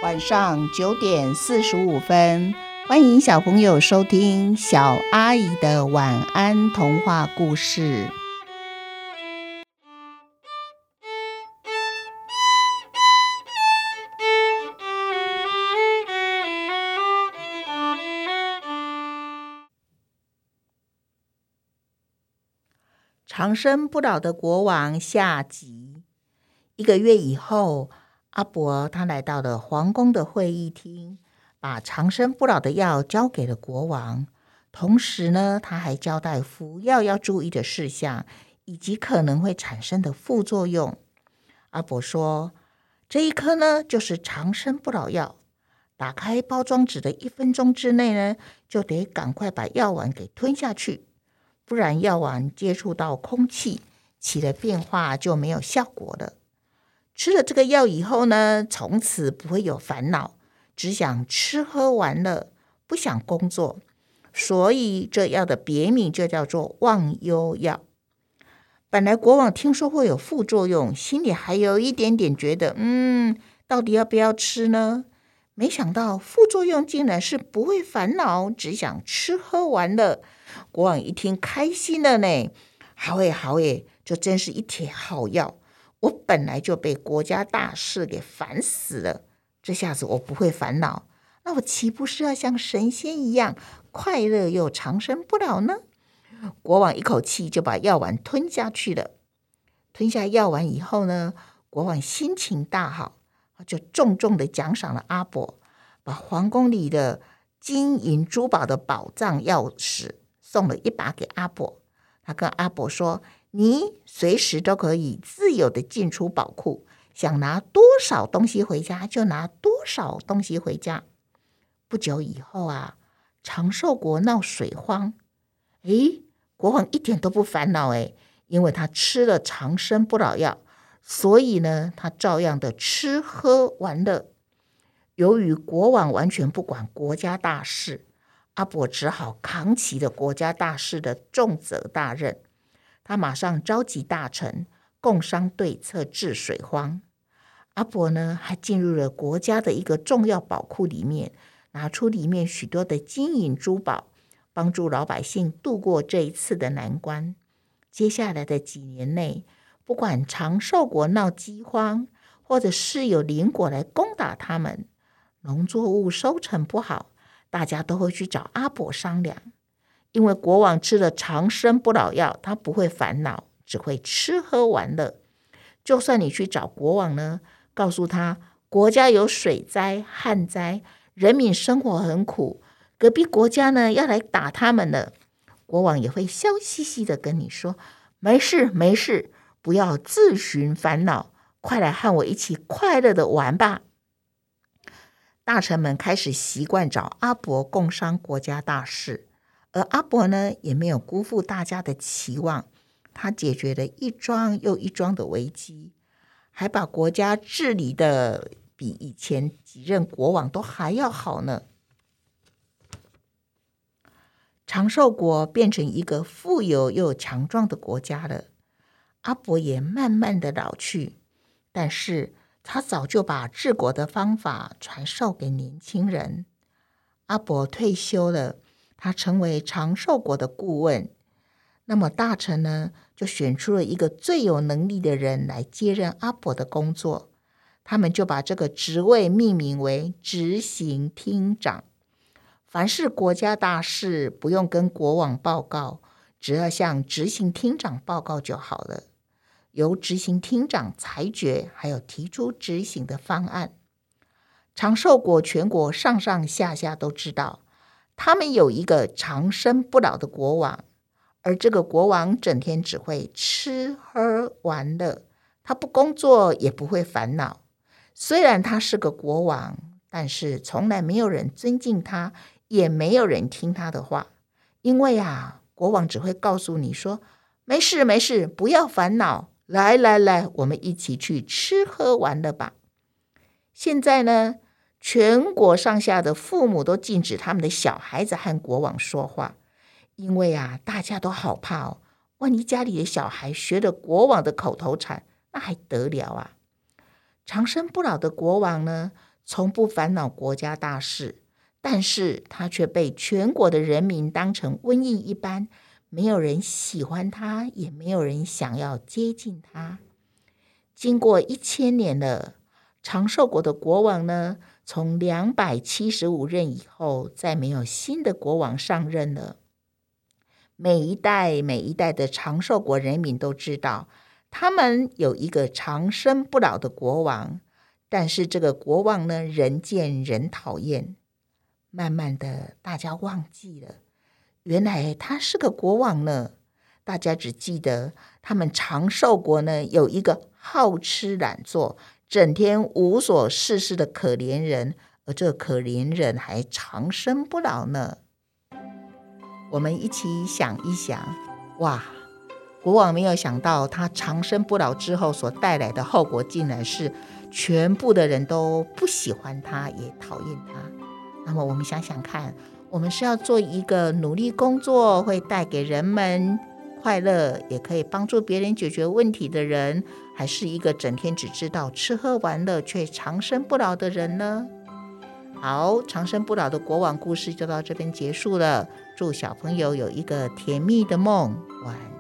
晚上9:45，欢迎小朋友收听小阿姨的晚安童话故事。长生不老的国王下集。1个月以后，阿伯他来到了皇宫的会议厅，把长生不老的药交给了国王。同时呢，他还交代服药要注意的事项，以及可能会产生的副作用。阿伯说，这一颗呢就是长生不老药，打开包装纸的1分钟之内呢，就得赶快把药丸给吞下去，不然药丸接触到空气起了变化就没有效果了。吃了这个药以后呢，从此不会有烦恼，只想吃喝玩乐，不想工作，所以这药的别名就叫做忘忧药。本来国王听说会有副作用，心里还有一点点觉得到底要不要吃呢？没想到副作用竟然是不会烦恼，只想吃喝玩乐。国王一听开心了呢，好耶，这真是一帖好药，我本来就被国家大事给烦死了，这下子我不会烦恼，那我岂不是要像神仙一样快乐又长生不老呢？国王一口气就把药丸吞下去了。吞下药丸以后呢，国王心情大好，就重重的奖赏了阿伯，把皇宫里的金银珠宝的宝藏钥匙送了1把给阿伯。他跟阿伯说，你随时都可以自由的进出宝库，想拿多少东西回家就拿多少东西回家。不久以后啊，长寿国闹水荒，国王一点都不烦恼，因为他吃了长生不老药，所以呢，他照样的吃喝玩乐。由于国王完全不管国家大事，阿伯只好扛起了国家大事的重责大任。他马上召集大臣，共商对策治水荒。阿伯呢，还进入了国家的一个重要宝库里面，拿出里面许多的金银珠宝，帮助老百姓度过这一次的难关。接下来的几年内，不管长寿国闹饥荒，或者是有邻国来攻打他们，农作物收成不好，大家都会去找阿伯商量。因为国王吃了长生不老药，他不会烦恼，只会吃喝玩乐。就算你去找国王呢，告诉他国家有水灾、旱灾，人民生活很苦，隔壁国家呢要来打他们了，国王也会笑嘻嘻的跟你说，没事，不要自寻烦恼，快来和我一起快乐的玩吧。大臣们开始习惯找阿伯共商国家大事，而阿伯呢，也没有辜负大家的期望，他解决了一桩又一桩的危机，还把国家治理的比以前几任国王都还要好呢。长寿国变成一个富有又强壮的国家了，阿伯也慢慢的老去，但是他早就把治国的方法传授给年轻人。阿伯退休了，他成为长寿国的顾问。那么大臣呢，就选出了一个最有能力的人来接任阿伯的工作，他们就把这个职位命名为执行厅长。凡是国家大事，不用跟国王报告，只要向执行厅长报告就好了。由执行厅长裁决，还有提出执行的方案。长寿国全国上上下下都知道，他们有一个长生不老的国王，而这个国王整天只会吃喝玩乐，他不工作也不会烦恼。虽然他是个国王，但是从来没有人尊敬他，也没有人听他的话。因为国王只会告诉你说，没事，不要烦恼，来，我们一起去吃喝玩乐吧。现在呢，全国上下的父母都禁止他们的小孩子和国王说话，因为大家都好怕万一家里的小孩学了国王的口头禅，那还得了啊。长生不老的国王呢， 从不烦恼国家大事，但是他却被全国的人民当成瘟疫一般，没有人喜欢他，也没有人想要接近他。经过1000年了，长寿国的国王呢，从275任以后，再没有新的国王上任了。每一代的长寿国人民都知道，他们有一个长生不老的国王，但是这个国王呢，人见人讨厌。慢慢的，大家忘记了，原来他是个国王呢。大家只记得他们长寿国呢，有一个好吃懒做、整天无所事事的可怜人，而这可怜人还长生不老呢。我们一起想一想，哇，国王没有想到他长生不老之后所带来的后果，竟然是全部的人都不喜欢他，也讨厌他。那么我们想想看，我们是要做一个努力工作，会带给人们快乐，也可以帮助别人解决问题的人，还是一个整天只知道吃喝玩乐却长生不老的人呢？好，长生不老的国王故事就到这边结束了。祝小朋友有一个甜蜜的梦，晚安。